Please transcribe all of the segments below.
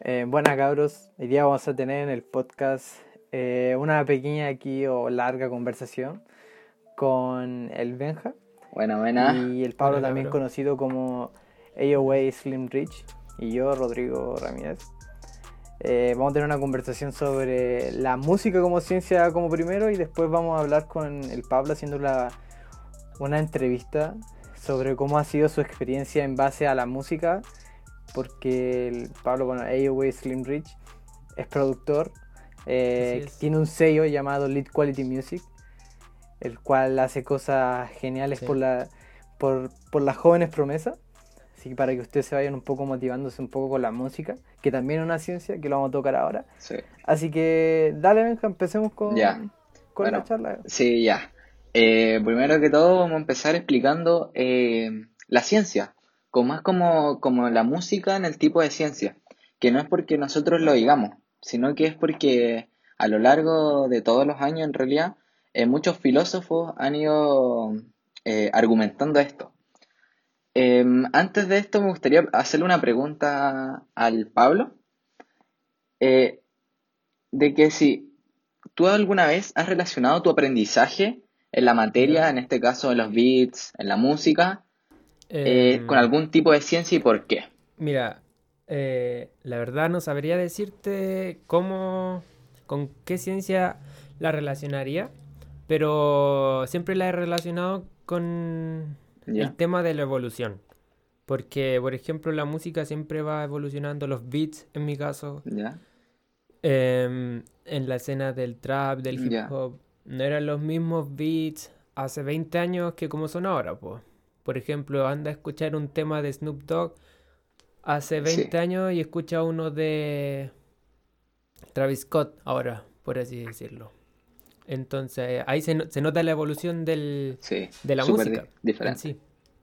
Buenas cabros, hoy día vamos a tener en el podcast una pequeña aquí o larga conversación con el Benja Buena, buena. y el Pablo, Buena, también cabro. conocido como AOA Slim Rich, y yo, Rodrigo Ramírez. Vamos a tener una conversación sobre la música como ciencia como primero, y después vamos a hablar con el Pablo haciendo una entrevista sobre cómo ha sido su experiencia en base a la música, porque el Pablo, bueno, AOA Slim Rich es productor, Así es. tiene un sello llamado Lead Quality Music, el cual hace cosas geniales Sí. por las jóvenes promesas. Así que para que ustedes se vayan un poco motivándose un poco con la música, que también es una ciencia, que lo vamos a tocar ahora. Sí, Así que dale, Benja, empecemos ya. con la Bueno, charla. sí, ya. Primero que todo vamos a empezar explicando la ciencia, como más como la música en el tipo de ciencia, que no es porque nosotros lo digamos, sino que es porque a lo largo de todos los años en realidad muchos filósofos han ido argumentando esto. Antes de esto me gustaría hacerle una pregunta al Pablo, eh, de que si ¿tú alguna vez has relacionado tu aprendizaje en la materia, Ya. en este caso en los beats, en la música, con Em, algún tipo de ciencia y por qué? Mira, la verdad no sabría decirte con qué ciencia la relacionaría, pero siempre la he relacionado con el ¿Ya? tema de la evolución. Porque, por ejemplo, la música siempre va evolucionando, los beats, en mi caso, ¿Ya? en la escena del trap, del hip ¿Ya? hop, no eran los mismos beats hace 20 años que como son ahora, pues. Por ejemplo, anda a escuchar un tema de Snoop Dogg hace Sí, 20 años y escucha uno de Travis Scott ahora, por así decirlo. Entonces, ahí se nota la evolución sí, de la súper música en diferente. sí.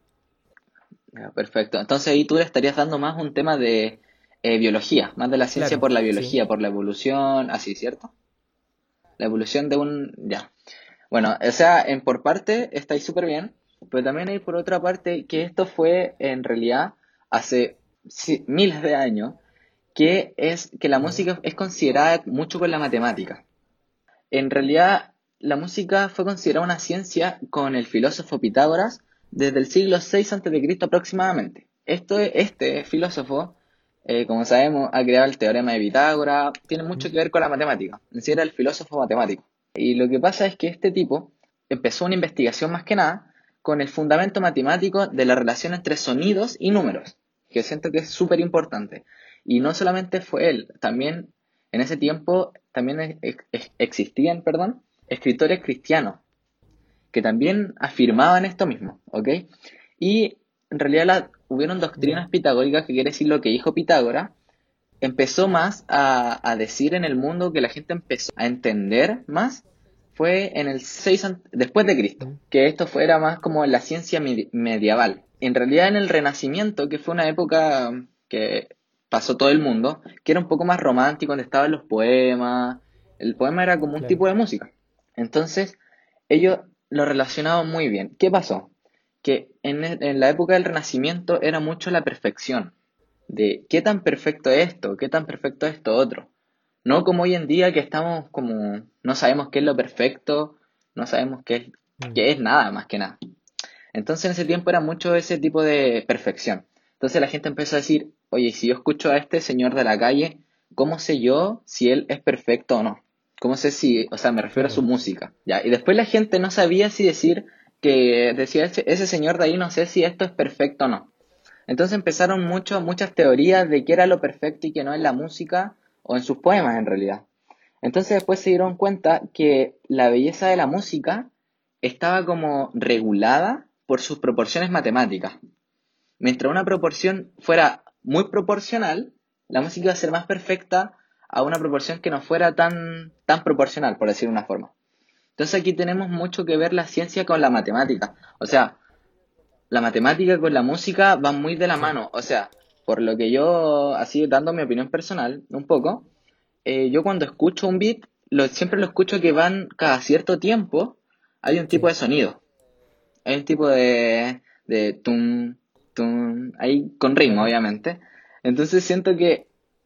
Ya, perfecto. Entonces ahí tú le estarías dando más un tema de biología, más de la ciencia Claro, por la sí. biología, por la evolución, así, ¿cierto? La evolución de un... Ya. Bueno, o sea, por parte estáis súper bien, pero también hay por otra parte que esto fue en realidad hace miles de años, que es que la Ya. música es considerada mucho con la matemática. En realidad, la música fue considerada una ciencia con el filósofo Pitágoras desde el siglo VI a.C. aproximadamente. Este filósofo, como sabemos, ha creado el teorema de Pitágoras, tiene mucho ¿Mm? que ver con la matemática, en sí era el filósofo matemático. Y lo que pasa es que este tipo empezó una investigación más que nada con el fundamento matemático de la relación entre sonidos y números, que siento que es súper importante. Y no solamente fue él, también en ese tiempo también existían, perdón, escritores cristianos que también afirmaban esto mismo, ¿ok? Y en realidad hubieron Ya. doctrinas pitagóricas, que quiere decir lo que dijo Pitágoras, empezó más a decir en el mundo, que la gente empezó a entender más, fue en el 6 después de Cristo, ¿Mm? que esto fuera más como la ciencia medieval. En realidad en el Renacimiento, que fue una época que pasó todo el mundo, que era un poco más romántico, donde estaban los poemas, el poema era como un Claro. tipo de música. Entonces, ellos lo relacionaban muy bien. ¿Qué pasó? Que en la época del Renacimiento era mucho la perfección, de qué tan perfecto es esto, qué tan perfecto es esto otro. No como hoy en día, que estamos como, no sabemos qué es lo perfecto, no sabemos Mm. qué es nada más que nada. Entonces en ese tiempo era mucho ese tipo de perfección. Entonces la gente empezó a decir, oye, si yo escucho a este señor de la calle, ¿cómo sé yo si él es perfecto o no? ¿Cómo sé si, o sea, me refiero a su Claro. música? ¿Ya? Y después la gente no sabía si decir, que decía, ese señor de ahí, no sé si esto es perfecto o no. Entonces empezaron muchas teorías de qué era lo perfecto y qué no en la música o en sus poemas en realidad. Entonces después se dieron cuenta que la belleza de la música estaba como regulada por sus proporciones matemáticas. Mientras una proporción fuera muy proporcional, la música iba a ser más perfecta a una proporción que no fuera tan proporcional, por decir una forma. Entonces aquí tenemos mucho que ver la ciencia con la matemática. O sea, la matemática con la música van muy de la Sí. mano. O sea, por lo que yo, así dando mi opinión personal, un poco, yo cuando escucho un beat, siempre lo escucho que van cada cierto tiempo, hay un tipo Sí. de sonido. Hay un tipo de tum, tum, ahí con ritmo, Claro. obviamente. Entonces siento que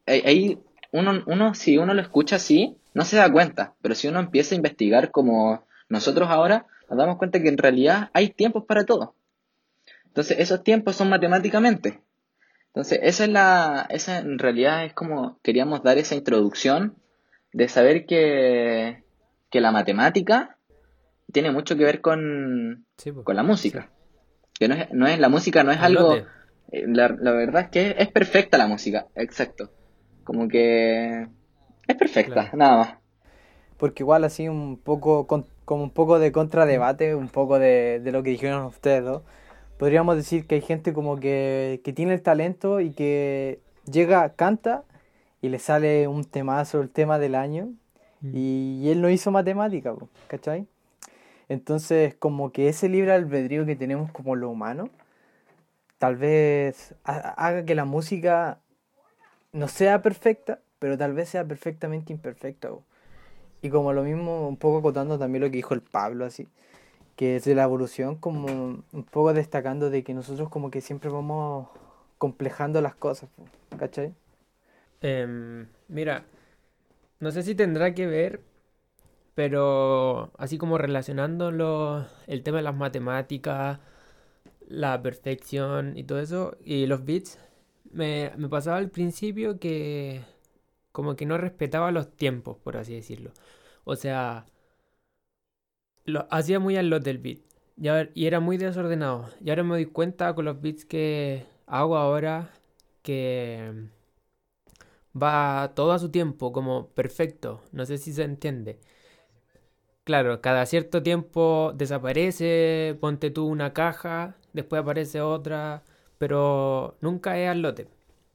ahí si uno lo escucha así, no se da cuenta, pero si uno empieza a investigar como nosotros ahora, nos damos cuenta que en realidad hay tiempos para todo. Entonces, esos tiempos son matemáticamente. Entonces, esa en realidad es como queríamos dar esa introducción de saber que la matemática tiene mucho que ver Sí, pues. con la Sí. música. Que la música no es Al algo, lote. la verdad es que es perfecta la música, exacto. Como que es perfecta, Claro. nada más. Porque igual así un poco, como un poco de Mm. contradebate, un poco de lo que dijeron ustedes dos, podríamos decir que hay gente como que tiene el talento y que llega, canta y le sale un temazo, el tema del año, Mm. y él no hizo matemática, po, ¿cachai? Entonces como que ese libre albedrío que tenemos como lo humano, tal vez haga que la música no sea perfecta, pero tal vez sea perfectamente imperfecta, po. Y como lo mismo, un poco acotando también lo que dijo el Pablo, así, que es de la evolución, como un poco destacando de que nosotros como que siempre vamos complejando las cosas, po, ¿cachai? Mira, no sé si tendrá que ver, pero así como relacionándolo, el tema de las matemáticas, la perfección y todo eso, y los beats, me pasaba al principio que como que no respetaba los tiempos, por así decirlo. O sea, lo hacía muy al lot del beat. Y era muy desordenado. Y ahora me doy cuenta con los beats que hago ahora que va todo a su tiempo, como perfecto. No sé si se entiende. Claro, cada cierto tiempo desaparece, ponte tú una caja, después aparece otra, pero nunca es al lote.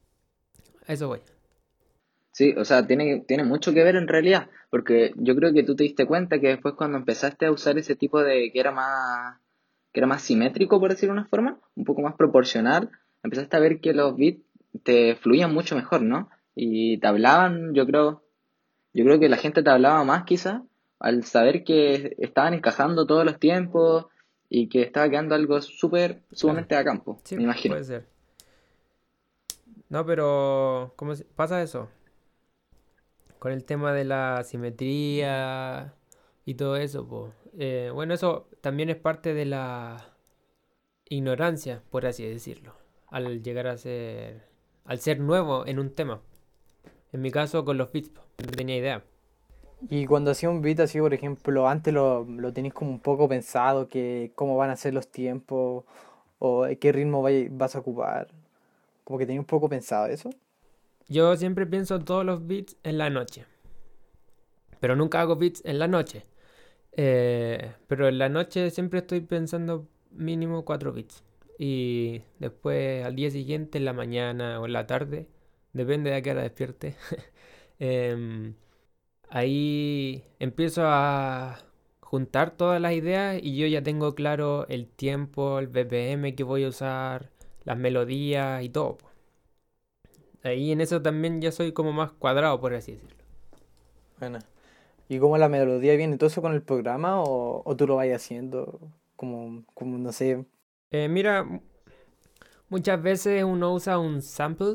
A eso voy. Sí, o sea, tiene mucho que ver en realidad, porque yo creo que tú te diste cuenta que después cuando empezaste a usar ese tipo de que era más simétrico, por decirlo de una forma, un poco más proporcional, empezaste a ver que los beats te fluían mucho mejor, ¿no? Y te hablaban, yo creo que la gente te hablaba más quizás al saber que estaban encajando todos los tiempos y que estaba quedando algo Claro. sumamente a campo, Sí, me imagino. puede ser. No, pero pasa eso? Con el tema de la simetría y todo eso, pues. Bueno, eso también es parte de la ignorancia, por así decirlo, al llegar a ser, al ser nuevo en un tema. En mi caso con los beats, po, no tenía idea. Y cuando hacía un beat así, por ejemplo, antes lo tenéis como un poco pensado, que cómo van a ser los tiempos, o qué ritmo vas a ocupar, como que tenía un poco pensado eso. Yo siempre pienso todos los beats en la noche, pero nunca hago beats en la noche. Pero en la noche siempre estoy pensando mínimo 4 beats. Y después al día siguiente, en la mañana o en la tarde, depende de a qué hora despierte. em, Ahí empiezo a juntar todas las ideas y yo ya tengo claro el tiempo, el BPM que voy a usar, las melodías y todo, po. Ahí en eso también ya soy como más cuadrado, por así decirlo. Bueno, ¿y cómo la melodía viene todo eso con el programa o tú lo vas haciendo? Como no sé. Mira, muchas veces uno usa un sample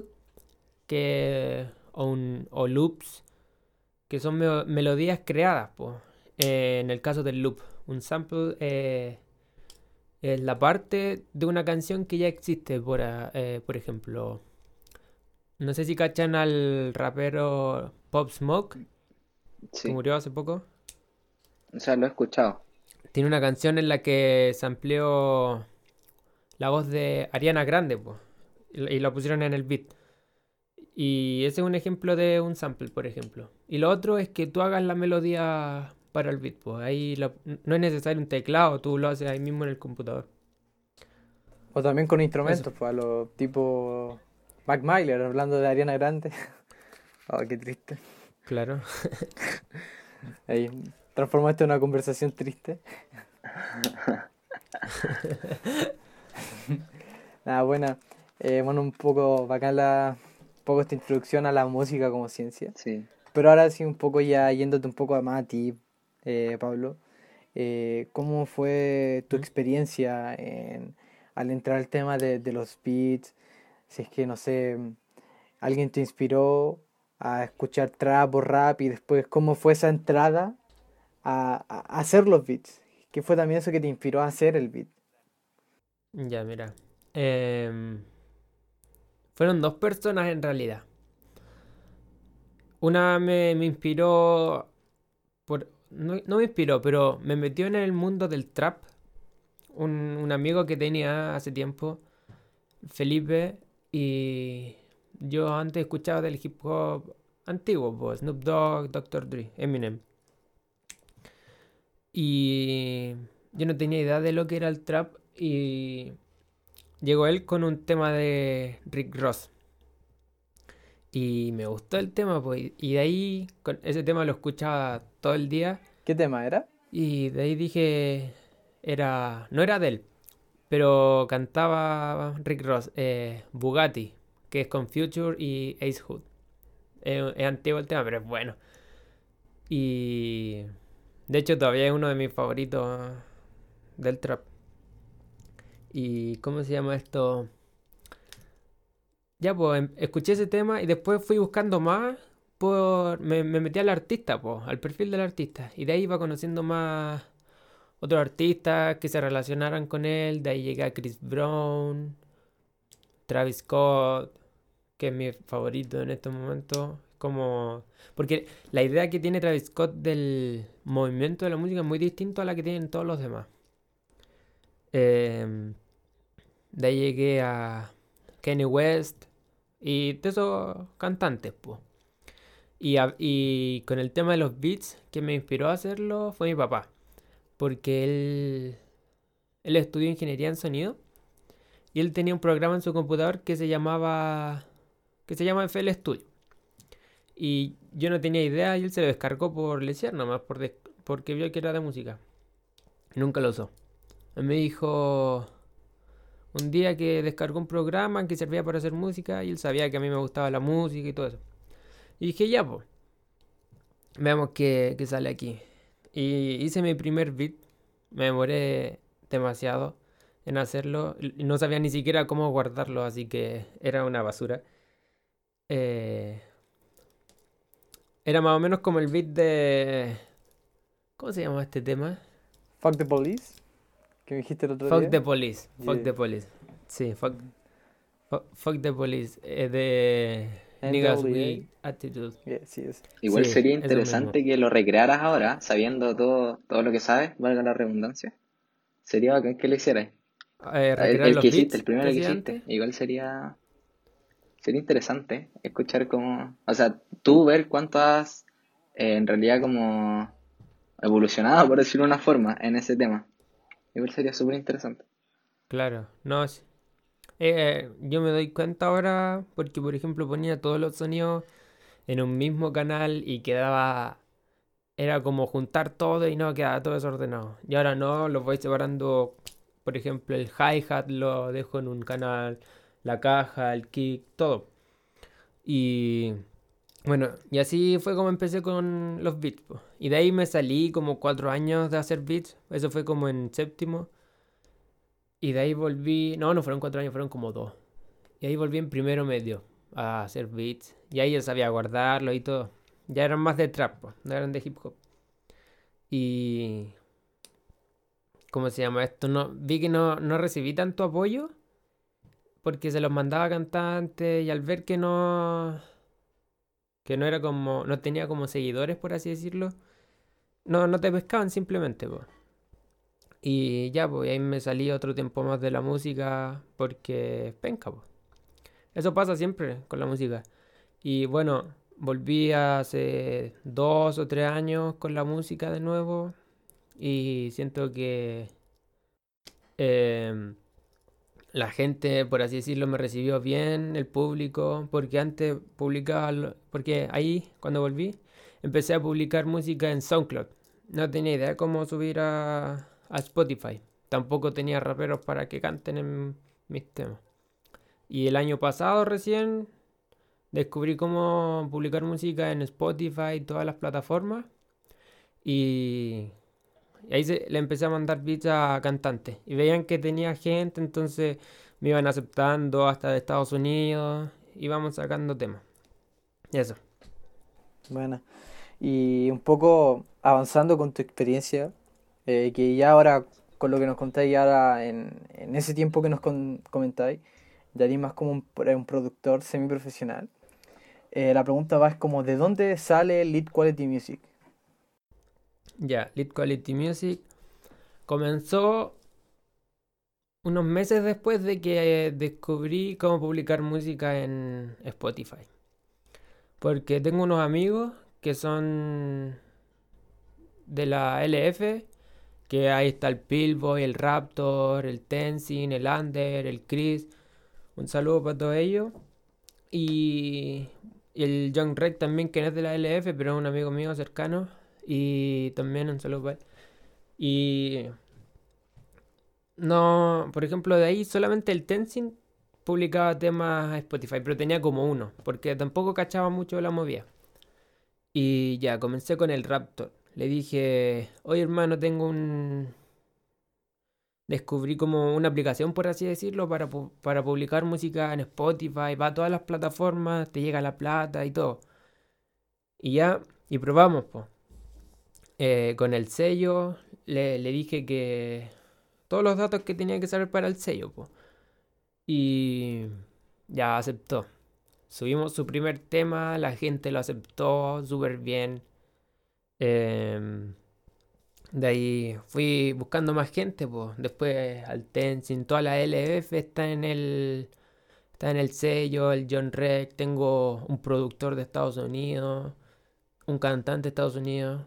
o loops que son melodías creadas, po. En el caso del loop, un sample es la parte de una canción que ya existe, por ejemplo. No sé si cachan al rapero Pop Smoke, que Sí, murió hace poco. o sea, lo he escuchado. Tiene una canción en la que sampleó la voz de Ariana Grande, po, y la pusieron en el beat. Y ese es un ejemplo de un sample, por ejemplo. Y lo otro es que tú hagas la melodía para el beat, pues. No es necesario un teclado, tú lo haces ahí mismo en el computador. O también con Eso, instrumentos, pues a lo tipo Mac Miller, hablando de Ariana Grande. Oh, qué triste. claro. Ahí, transformaste en una conversación triste. Nada, buena. Bueno, un poco bacán un poco esta introducción a la música como ciencia. Sí. Pero ahora sí, un poco ya yéndote un poco más a ti, Pablo. ¿Cómo fue tu ¿Mm? experiencia al entrar al tema de los beats? Si es que, no sé, ¿Alguien te inspiró a escuchar trap o rap y después cómo fue esa entrada a hacer los beats? ¿Qué fue también eso que te inspiró a hacer el beat? Ya, mira. Em, Fueron dos personas en realidad. Una me inspiró no, no me inspiró, pero me metió en el mundo del trap. Un amigo que tenía hace tiempo, Felipe, y yo antes escuchaba del hip hop antiguo, pues, Snoop Dogg, Dr. Dre, Eminem. Y yo no tenía idea de lo que era el trap y llegó él con un tema de Rick Ross. Y me gustó el tema, pues, y de ahí con ese tema lo escuchaba todo el día. ¿Qué tema era? Y de ahí dije, no era de él, pero cantaba Rick Ross, Bugatti, que es con Future y Ace Hood. Es antiguo el tema, pero es bueno. Y de hecho todavía es uno de mis favoritos del trap. ¿Y cómo se llama esto? Ya, pues, escuché ese tema y después fui buscando más. Me metí al artista, pues, al perfil del artista. Y de ahí iba conociendo más otros artistas que se relacionaran con él. De ahí llegué a Chris Brown, Travis Scott, que es mi favorito en este momento. Porque la idea que tiene Travis Scott del movimiento de la música es muy distinto a la que tienen todos los demás. Em, de ahí llegué a Kanye West y de esos cantantes, pues. Y con el tema de los beats, que me inspiró a hacerlo fue mi papá. Porque él estudió ingeniería en sonido y él tenía un programa en su computador que se llama FL Studio. Y yo no tenía idea y él se lo descargó por lesear nomás, porque vio que era de música. Nunca lo usó. Él me dijo un día que descargó un programa que servía para hacer música y él sabía que a mí me gustaba la música y todo eso. Y dije, ya, pues, veamos qué sale aquí. Y hice mi primer beat. Me demoré demasiado en hacerlo. Y no sabía ni siquiera cómo guardarlo, así que era una basura. Eh, Era más o menos como el beat de... ¿Cómo se llama este tema? Fuck the Police, que me dijiste el otro Fuck día. the Police. Fuck Yeah. the Police. Sí, Mm. fuck the Police. De Niggas NWA. with Attitude. Yeah, sí es. Igual Sí, sería eso mismo. interesante que lo recrearas ahora, sabiendo todo lo que sabes, valga la redundancia. Sería bacán que lo hicieras. Recrear El que los hiciste, beats el que primero que hacía hiciste. antes. Igual sería interesante escuchar cómo, o sea, tú ver cuánto has en realidad como evolucionado, por decirlo de una forma, en ese tema. Igual sería súper interesante. Claro, no, sí. Yo me doy cuenta ahora porque, por ejemplo, ponía todos los sonidos en un mismo canal y quedaba, era como juntar todo y no quedaba todo desordenado. Y ahora no, los voy separando, por ejemplo, el hi-hat lo dejo en un canal, la caja, el kick, todo. Y bueno, y así fue como empecé con los beats, po. Y de ahí me salí como 4 años de hacer beats, eso fue como en séptimo. Y de ahí volví, no fueron 4 años, fueron como dos. Y ahí volví en primero medio a hacer beats. Y ahí ya sabía guardarlo y todo. Ya eran más de trap, po, no eran de hip hop. Y... ¿Cómo se llama esto? No, vi que no recibí tanto apoyo porque se los mandaba a cantantes y al ver que no era como, no tenía como seguidores, por así decirlo, no te pescaban simplemente, po. Y ya, pues ahí me salí otro tiempo más de la música porque penca, pues. Eso pasa siempre con la música. Y bueno, volví hace 2 o 3 años con la música de nuevo y siento que em, la gente, por así decirlo, me recibió bien, el público, porque antes publicaba, porque ahí, cuando volví, empecé a publicar música en SoundCloud. No tenía idea de cómo subir a Spotify. Tampoco tenía raperos para que canten en mis temas. Y el año pasado recién descubrí cómo publicar música en Spotify y todas las plataformas. Y y ahí le empecé a mandar beats a cantantes. Y veían que tenía gente, entonces me iban aceptando hasta de Estados Unidos. y vamos sacando temas. Y eso. Bueno, y un poco avanzando con tu experiencia, que ya ahora, con lo que nos contáis ahora en ese tiempo que nos comentáis, ya eres más como un productor semiprofesional. La pregunta va es como, ¿de dónde sale Lead Quality Music? Ya, Lead Quality Music comenzó unos meses después de que descubrí cómo publicar música en Spotify. Porque tengo unos amigos que son de la LF, que ahí está el Pillboy, el Raptor, el Tenzin, el Under, el Chris. Un saludo para todos ellos. Y el Young Red también, que no es de la LF, pero es un amigo mío cercano. Y también un saludo para él. Y no, por ejemplo, de ahí solamente el Tenzin publicaba temas a Spotify, pero tenía como uno, porque tampoco cachaba mucho la movida. Y ya, comencé con el Raptor. Le dije, oye hermano, descubrí como una aplicación, por así decirlo, para publicar música en Spotify, va a todas las plataformas, te llega la plata y todo. Y ya, y probamos, pues. Con el sello, le dije que todos los datos que tenía que saber para el sello, pues. Y ya aceptó. Subimos su primer tema, la gente lo aceptó súper bien. Em, de ahí fui buscando más gente, pues. Después al Tenzin, toda la LF está en el sello, el John Rex. Tengo un productor de Estados Unidos, un cantante de Estados Unidos.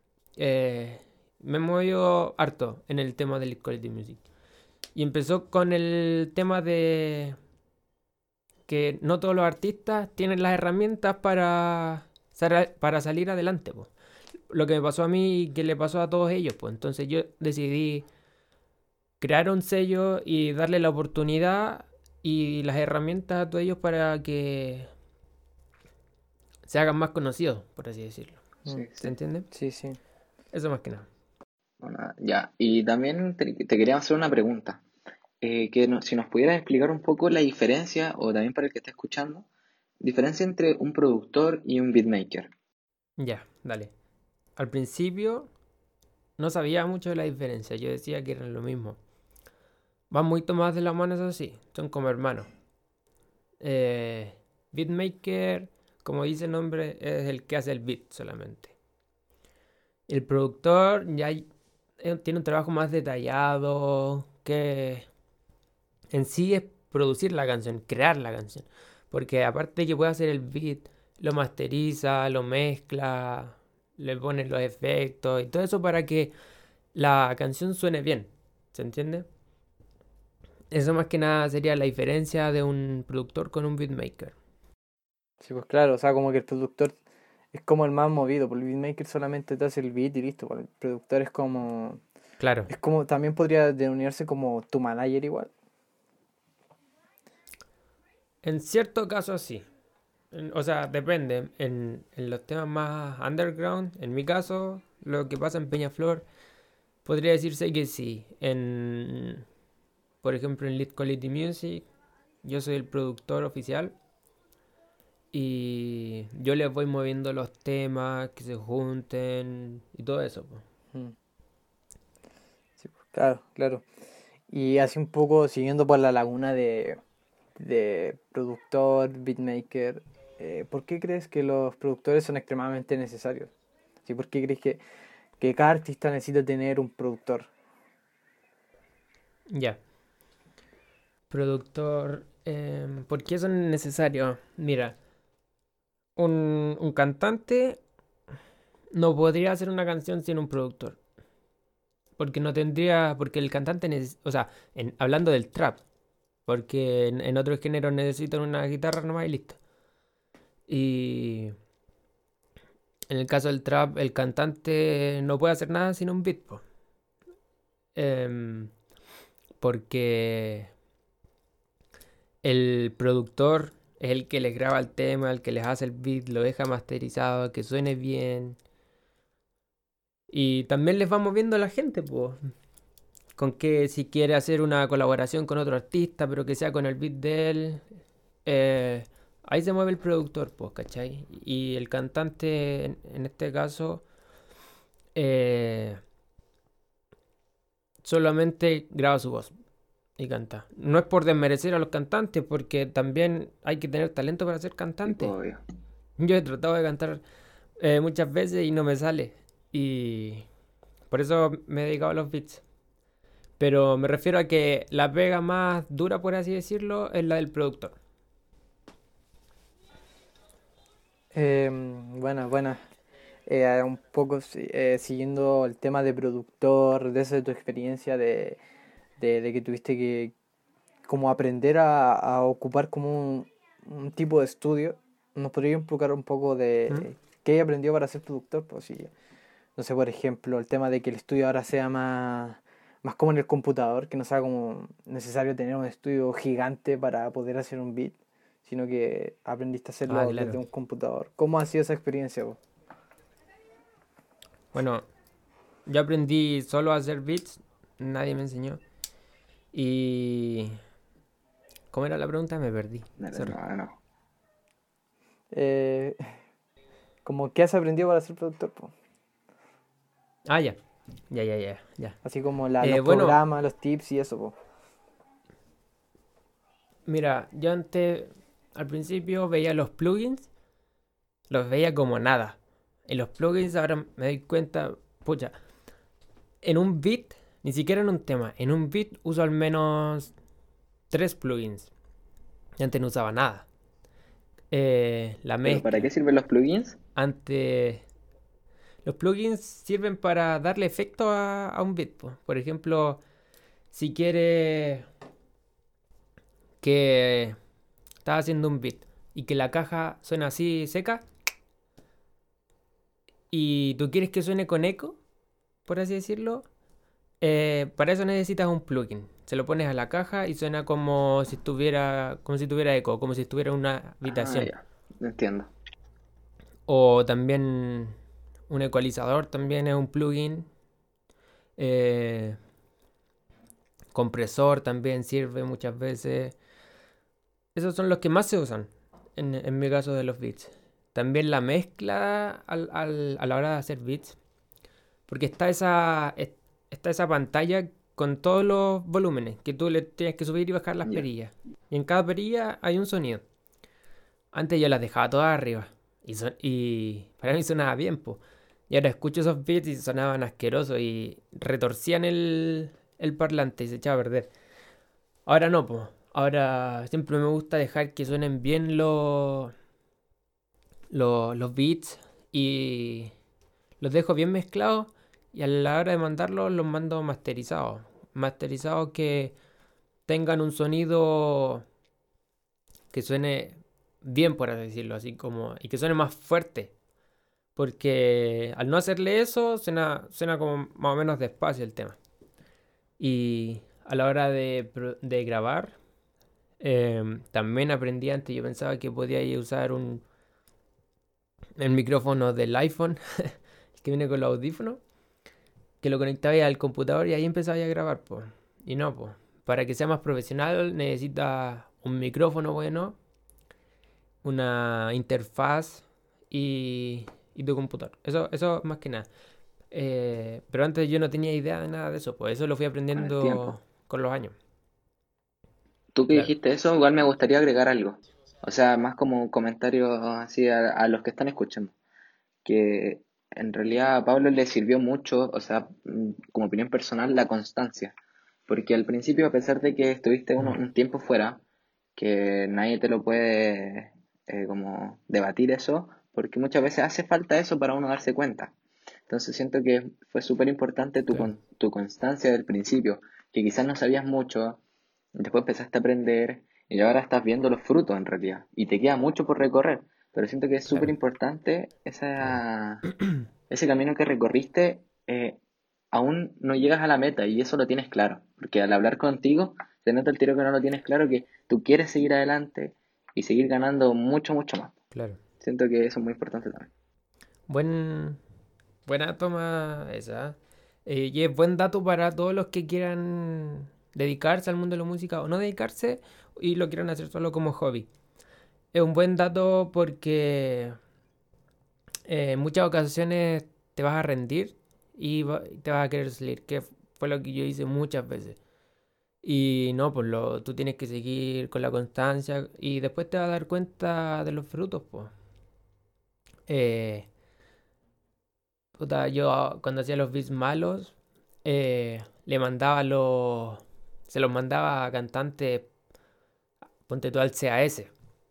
Me muevo harto en el tema del Quality Music. Y empezó con el tema de que no todos los artistas tienen las herramientas para salir adelante, pues. Lo que me pasó a mí y que le pasó a todos ellos, pues. Entonces yo decidí crear un sello y darle la oportunidad y las herramientas a todos ellos para que se hagan más conocidos, por así decirlo. Sí, ¿Se sí. entiende? Sí, sí. Eso más que nada. Bueno, ya. Y también te quería hacer una pregunta. Si nos pudieras explicar un poco la diferencia, o también para el que esté escuchando, diferencia entre un productor y un beatmaker. Ya, dale. Al principio no sabía mucho de la diferencia. Yo decía que eran lo mismo. Van muy tomadas de la mano, eso sí. Son como hermanos. Beatmaker, como dice el nombre, es el que hace el beat solamente. El productor tiene un trabajo más detallado, que en sí es producir la canción, crear la canción. Porque aparte de que puede hacer el beat, lo masteriza, lo mezcla, le pone los efectos y todo eso para que la canción suene bien. ¿Se entiende? Eso más que nada sería la diferencia de un productor con un beatmaker. Sí, pues claro, o sea, como que el productor es como el más movido, porque el beatmaker solamente te hace el beat y listo, pues el productor Claro. es como, también podría denominarse como tu manager igual. En cierto caso sí. O sea, depende. En los temas más underground, en mi caso, lo que pasa en Peñaflor, podría decirse que sí. Por ejemplo, en Lead Quality Music, yo soy el productor oficial y yo les voy moviendo los temas, que se junten y todo eso, pues. Mm, sí, pues, claro, claro. Y así un poco siguiendo por la laguna de productor, beatmaker, ¿por qué crees que los productores son extremadamente necesarios? ¿Sí? ¿Por qué crees que cada artista necesita tener un productor? Ya. Productor, ¿por qué son necesarios? Mira, un cantante no podría hacer una canción sin un productor. Porque no tendría, porque el cantante, o sea, hablando del trap, porque en otros géneros necesitan una guitarra nomás y listo. Y en el caso del trap, el cantante no puede hacer nada sin un beat, po. Em, porque el productor es el que les graba el tema, el que les hace el beat, lo deja masterizado, que suene bien. Y también les va moviendo a la gente, pues. Con que si quiere hacer una colaboración con otro artista, pero que sea con el beat de él, eh, ahí se mueve el productor, pues, ¿cachai? Y el cantante, en este caso, eh, solamente graba su voz y canta. No es por desmerecer a los cantantes, porque también hay que tener talento para ser Sí, pues, cantante. obvio. Yo he tratado de cantar muchas veces y no me sale. Y por eso me he dedicado a los beats. Pero me refiero a que la pega más dura, por así decirlo, es la del productor. Buena, buena. Un poco siguiendo el tema de productor, de esa de tu experiencia de que tuviste que como aprender a ocupar como un tipo de estudio. ¿Nos podría enfocar un poco ¿Mm? de qué aprendió para ser productor? Pues sí, no sé, por ejemplo, el tema de que el estudio ahora sea más como en el computador, que no sea como necesario tener un estudio gigante para poder hacer un beat, sino que aprendiste a Ah, hacerlo desde claro. un computador. ¿Cómo ha sido esa experiencia vos? Bueno, yo aprendí solo a hacer beats, nadie me enseñó. Y... ¿Cómo era la pregunta? Me perdí. Dale, Sorry. no, no. Eh, como, ¿qué has aprendido para ser productor, po? Ah, ya. Ya, ya, ya, ya. Así como los Bueno, programas, los tips y eso, po. mira, yo antes, al principio veía los plugins, los veía como nada. Y los plugins ahora me doy cuenta, pucha, en un beat, ni siquiera en un tema, en un beat uso al menos tres plugins. Y antes no usaba nada. La ¿Pero para qué mezcla. sirven los plugins? Antes, los plugins sirven para darle efecto a un beat, po. Por ejemplo, si quieres que estás haciendo un beat y que la caja suena así seca y tú quieres que suene con eco, por así decirlo, para eso necesitas un plugin. Se lo pones a la caja y suena como si tuviera eco, como si estuviera en una Ah, habitación. ya, entiendo. O también un ecualizador también es un plugin. Eh, Compresor también sirve muchas veces. Esos son los que más se usan en mi caso de los beats. También la mezcla a la hora de hacer beats. Porque está esa pantalla con todos los volúmenes que tú le tienes que subir y bajar las Ya. perillas. Y en cada perilla hay un sonido. Antes yo las dejaba todas arriba. Y para mí sonaba bien, pues. Y ahora escucho esos beats y sonaban asquerosos y retorcían el parlante y se echaba a perder. Ahora no, pues. Ahora siempre me gusta dejar que suenen bien los beats y los dejo bien mezclados y a la hora de mandarlos los mando masterizados. Masterizados que tengan un sonido que suene bien, por así decirlo, así como, y que suene más fuerte. Porque al no hacerle eso, suena como más o menos despacio el tema. Y a la hora de grabar, también aprendí antes, yo pensaba que podía usar el micrófono del iPhone, el que viene con los audífonos, que lo conectaba al computador y ahí empezaba a grabar, pues. Y no, pues. Para que sea más profesional necesita un micrófono bueno, una interfaz y tu computador. Eso más que nada. Pero antes yo no tenía idea de nada de eso, pues eso lo fui Con el tiempo. aprendiendo con los años. Tú que Claro, dijiste eso, igual me gustaría agregar algo. O sea, más como un comentario así a los que están escuchando. Que en realidad a Pablo le sirvió mucho, o sea, como opinión personal, la constancia. Porque al principio, a pesar de que estuviste mm, un tiempo fuera, que nadie te lo puede como debatir eso, porque muchas veces hace falta eso para uno darse cuenta. Entonces siento que fue súper importante claro, tu constancia del principio, que quizás no sabías mucho, después empezaste a aprender y ahora estás viendo los frutos en realidad. Y te queda mucho por recorrer, pero siento que es súper claro, importante claro. ese camino que recorriste. Aún no llegas a la meta y eso lo tienes claro, porque al hablar contigo se nota el tiro que no lo tienes claro, que tú quieres seguir adelante y seguir ganando mucho, mucho más. Claro. Siento que eso es muy importante también. Buen, Buena toma esa. Y es buen dato para todos los que quieran dedicarse al mundo de la música o no dedicarse y lo quieran hacer solo como hobby. es un buen dato porque en muchas ocasiones te vas a rendir y te vas a querer salir, que fue lo que yo hice muchas veces. Y no, pues tú tienes que seguir con la constancia y después te vas a dar cuenta de los frutos, pues. Eh, Puta, yo cuando hacía los beats malos, le mandaba se los mandaba a cantantes, ponte tú al CAS,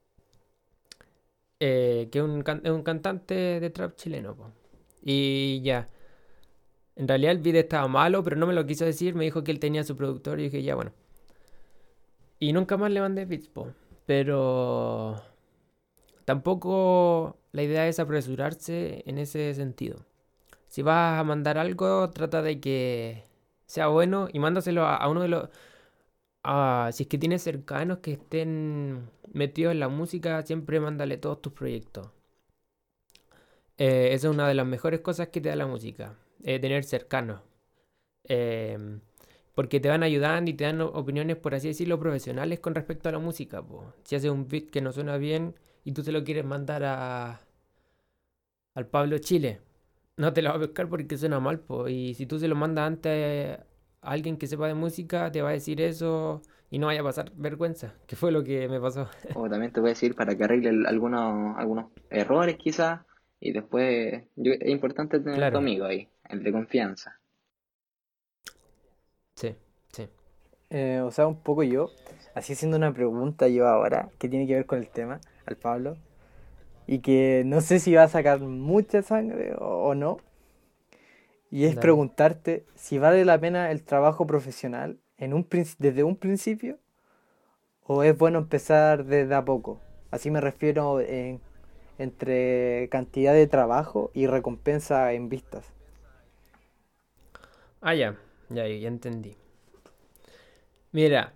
que es un cantante de trap chileno, po. Y ya, en realidad el beat estaba malo, pero no me lo quiso decir, me dijo que él tenía su productor y dije, ya, bueno. Y nunca más le mandé beats, po. Pero tampoco la idea es apresurarse en ese sentido. Si vas a mandar algo, trata de que sea bueno y mándaselo a uno de los... si es que tienes cercanos que estén metidos en la música, siempre mándale todos tus proyectos. Esa es una de las mejores cosas que te da la música, tener cercanos. Eh, Porque te van ayudando y te dan opiniones, por así decirlo, profesionales con respecto a la música, po. Si haces un beat que no suena bien y tú se lo quieres mandar al Pablo Chile, no te lo va a pescar porque suena mal, po. Y si tú se lo mandas antes a alguien que sepa de música, te va a decir eso y no vaya a pasar vergüenza, que fue lo que me pasó. O también te voy a decir para que arregle algunos errores quizás y después es importante tener tu Claro, amigo ahí, el de confianza. sí, sí. O sea, un poco yo, así haciendo una pregunta yo ahora, que tiene que ver con el tema, al Pablo, y que no sé si va a sacar mucha sangre o no, y es Dale. preguntarte si vale la pena el trabajo profesional desde un principio o es bueno empezar desde a poco. Así me refiero entre cantidad de trabajo y recompensa en vistas. Ah, ya, ya entendí. Mira,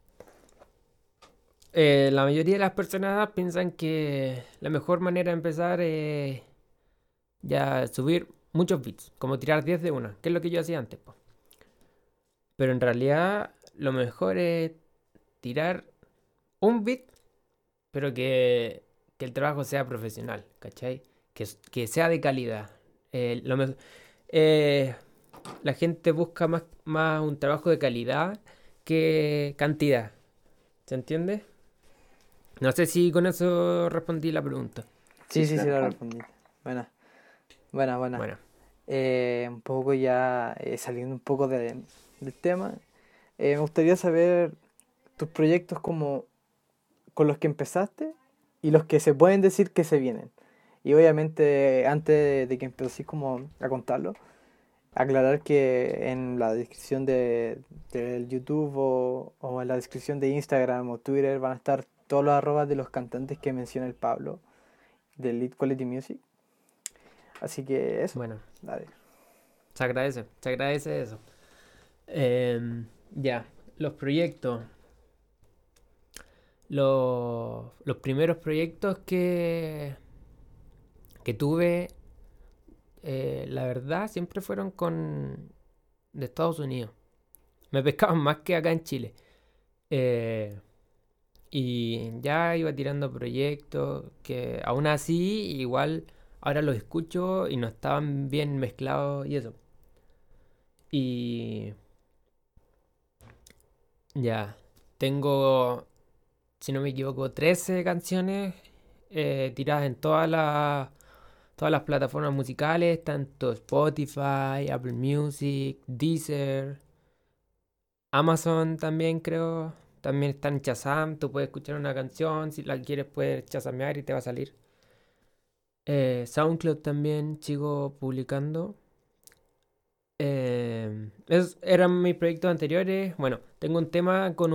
la mayoría de las personas piensan que la mejor manera de empezar es ya subir muchos bits, como tirar 10 de una, que es lo que yo hacía antes, po. Pero en realidad lo mejor es tirar un bit, pero que el trabajo sea profesional, ¿cachai? Que sea de calidad. Eh, lo me- eh, la gente busca más un trabajo de calidad que cantidad, ¿se entiende? No sé si con eso respondí la pregunta. Sí, Sí, sí, sí, la sí, la respondo. respondí. Buena, buena, buena. Bueno, Un poco ya saliendo un poco del tema, me gustaría saber tus proyectos como con los que empezaste y los que se pueden decir que se vienen. Y obviamente antes de que empecéis como a contarlo, aclarar que en la descripción del YouTube o en la descripción de Instagram o Twitter van a estar todos los arrobas de los cantantes que menciona el Pablo, de Lead Quality Music. Así que eso, bueno, dale. se agradece eso. Ya, los proyectos. Los primeros proyectos que tuve, la verdad, siempre fueron de Estados Unidos. Me pescaban más que acá en Chile. Eh, y ya iba tirando proyectos que aún así, igual, ahora los escucho y no estaban bien mezclados y eso. Y ya, tengo, si no me equivoco, 13 canciones tiradas en todas las plataformas musicales, tanto Spotify, Apple Music, Deezer, Amazon también creo. También está en Shazam, tú puedes escuchar una canción, si la quieres puedes chasamear y te va a salir. SoundCloud también sigo publicando. Esos eran mis proyectos anteriores. Bueno, tengo un tema con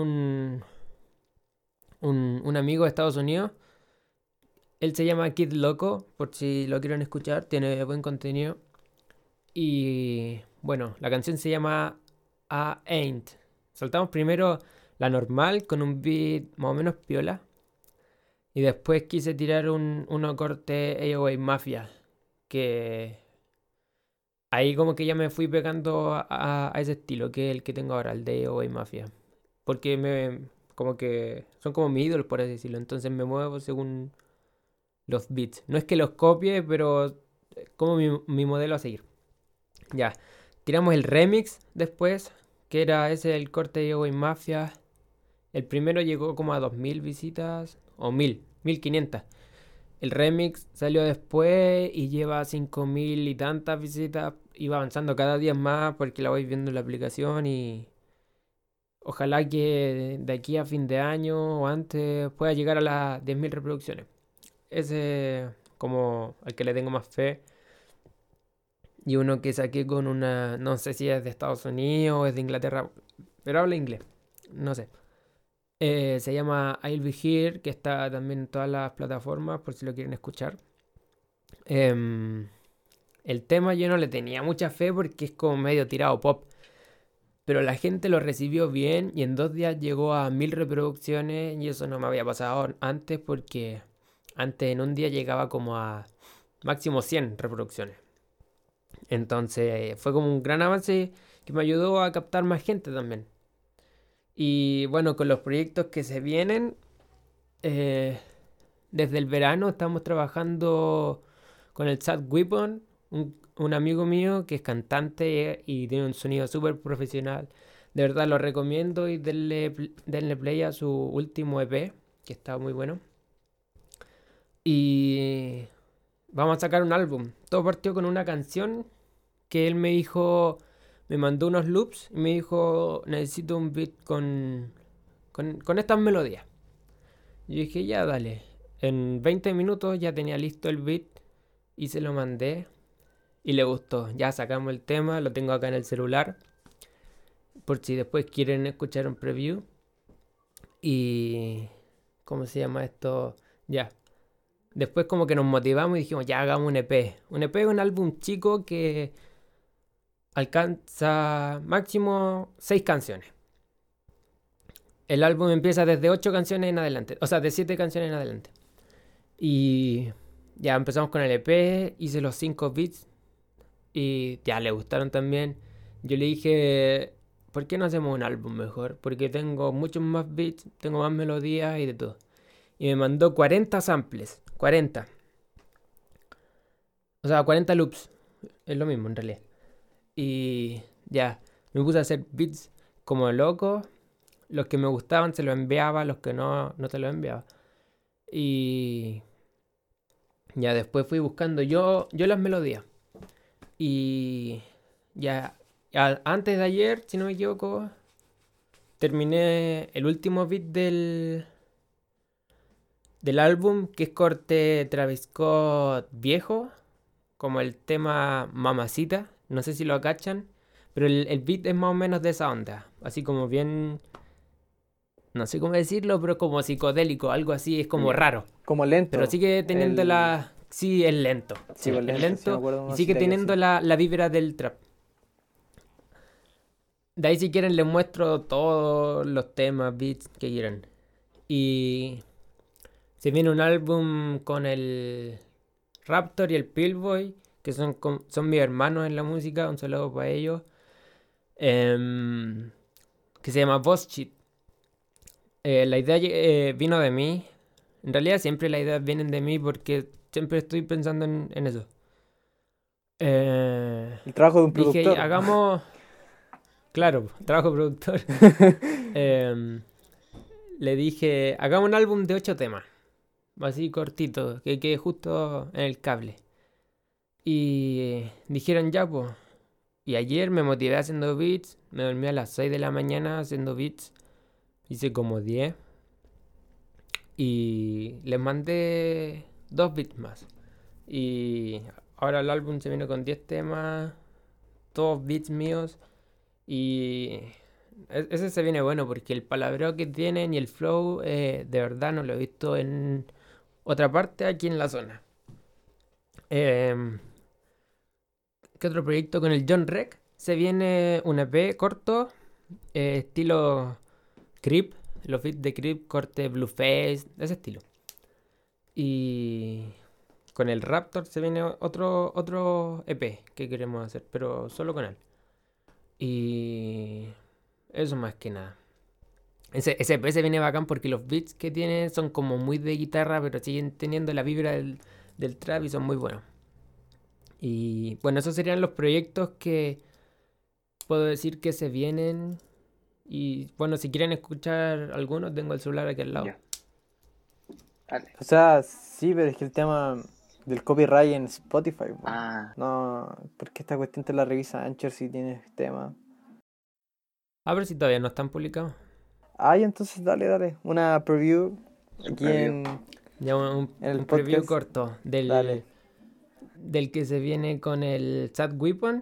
un amigo de Estados Unidos. Él se llama Kid Loco, por si lo quieren escuchar, tiene buen contenido. Y bueno, la canción se llama A Ain't. Saltamos primero la normal con un beat más o menos piola. Y después quise tirar uno corte AOA Mafia. Que ahí como que ya me fui pegando a ese estilo, que es el que tengo ahora, el de AOA Mafia. Porque como que son como mi ídolo, por así decirlo. Entonces me muevo según los beats. No es que los copie, pero como mi modelo a seguir. Ya, tiramos el remix después, que era ese el corte de Yogo y Mafia. El primero llegó como a 2000 visitas, o 1500. El remix salió después y lleva 5000 y tantas visitas. Iba avanzando cada día más porque la voy viendo en la aplicación y ojalá que de aquí a fin de año o antes pueda llegar a las 10.000 reproducciones. Ese como al que le tengo más fe. Y uno que saqué con una, no sé si es de Estados Unidos o es de Inglaterra, pero habla inglés, no sé. Se llama I'll Be Here, que está también en todas las plataformas por si lo quieren escuchar. Em, el tema yo no le tenía mucha fe porque es como medio tirado pop. Pero la gente lo recibió bien y en 2 días llegó a 1000 reproducciones y eso no me había pasado antes porque antes en un día llegaba como a máximo 100 reproducciones. Entonces fue como un gran avance que me ayudó a captar más gente también. Y bueno, con los proyectos que se vienen, eh, desde el verano estamos trabajando con el Sad Weapon, un amigo mío que es cantante y tiene un sonido súper profesional. De verdad lo recomiendo y denle play a su último EP, que está muy bueno. Y vamos a sacar un álbum. Todo partió con una canción que él me dijo, me mandó unos loops y me dijo, necesito un beat con estas melodías. Yo dije, ya, dale. En 20 minutos ya tenía listo el beat y se lo mandé y le gustó. Ya sacamos el tema, lo tengo acá en el celular por si después quieren escuchar un preview. Y... ¿cómo se llama esto? Ya. Después como que nos motivamos y dijimos, ya hagamos un EP. Un EP es un álbum chico que alcanza máximo 6 canciones. El álbum empieza desde 8 canciones en adelante. O sea, de 7 canciones en adelante. Y ya empezamos con el EP, hice los 5 beats y ya le gustaron también. Yo le dije, ¿por qué no hacemos un álbum mejor? Porque tengo muchos más beats, tengo más melodías y de todo. Y me mandó 40 samples, 40. O sea, 40 loops. Es lo mismo en realidad. Y ya, me puse a hacer beats como loco. Los que me gustaban se los enviaba, los que no, no te los enviaba. Y ya después fui buscando yo las melodías. Y ya, antes de ayer, si no me equivoco, terminé el último beat del álbum, que es corte Travis Scott viejo, como el tema Mamacita. No sé si lo acachan, pero el beat es más o menos de esa onda. Así como bien, no sé cómo decirlo, pero como psicodélico, algo así, es como raro. Como lento. Pero sigue teniendo la... Sí, es lento. Sí, Sí, es es lento, sí, me lento acuerdo de y una sigue cita que teniendo sí. la vibra del trap. De ahí si quieren les muestro todos los temas, beats que quieran. Y se viene un álbum con el Raptor y el Pillboy, que son mis hermanos en la música, un saludo para ellos. Em, que se llama Boss Shit. La idea vino de mí. En realidad siempre las ideas vienen de mí porque siempre estoy pensando en eso. El trabajo de un Dije, productor. hagamos... Claro, trabajo productor. Em, Le dije, hagamos un álbum de 8 temas. Así cortito, que quede justo en el cable. Y dijeron ya, pues. Y ayer me motivé haciendo beats. Me dormí a las 6 de la mañana haciendo beats. Hice como 10. Y les mandé 2 beats más. Y ahora el álbum se viene con 10 temas. Todos beats míos. Y ese se viene bueno porque el palabreo que tienen y el flow, de verdad no lo he visto en otra parte aquí en la zona. Em, ¿Qué otro proyecto? Con el John Rec se viene un EP corto, estilo Creep, los beats de Creep, corte Blueface, de ese estilo. Y con el Raptor se viene otro EP que queremos hacer, pero solo con él. Y eso más que nada. Ese viene bacán porque los beats que tiene son como muy de guitarra, pero siguen teniendo la vibra del trap y son muy buenos. Y bueno, esos serían los proyectos que puedo decir que se vienen. Y bueno, si quieren escuchar algunos, tengo el celular aquí al lado. Ya. Dale. O sea, sí, pero es que el tema del copyright en Spotify, po. Ah, No, porque esta cuestión te la revisa Anchor si tienes tema. A ver si todavía no están publicados. Ay, entonces dale. Una preview un aquí preview. Ya un el preview podcast. corto Dale. del que se viene con el Sad Weapon.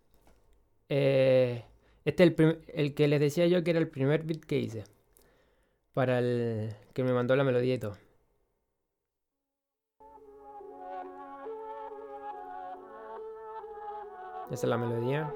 Este es el que les decía yo que era el primer beat que hice. Para el que me mandó la melodía y todo. Esa es la melodía.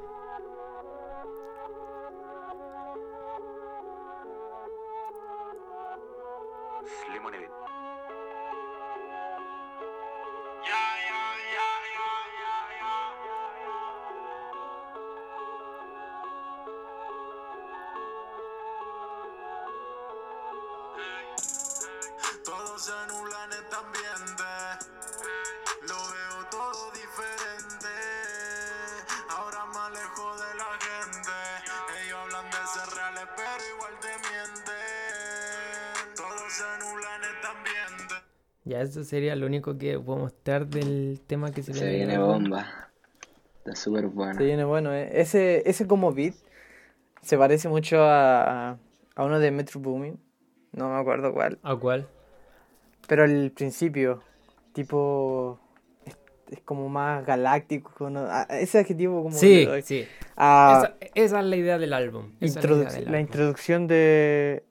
Todo se nubla en este ambiente. Lo veo todo diferente. Ahora me alejo de la gente. Ellos hablan de ser reales, pero igual te mienten. Todo se nubla en este ambiente. Ya, eso sería lo único que puedo mostrar del tema que se se viene. viene del álbum. bomba. Está súper bueno. Se viene bueno, ese como beat se parece mucho a uno de Metro Boomin. No me acuerdo cuál. ¿A cuál? Pero al principio, tipo, es como más galáctico, ¿no? Ese adjetivo como Sí, le doy. sí. Ah, Esa es la idea del álbum. Esa es la idea del la álbum. introducción de...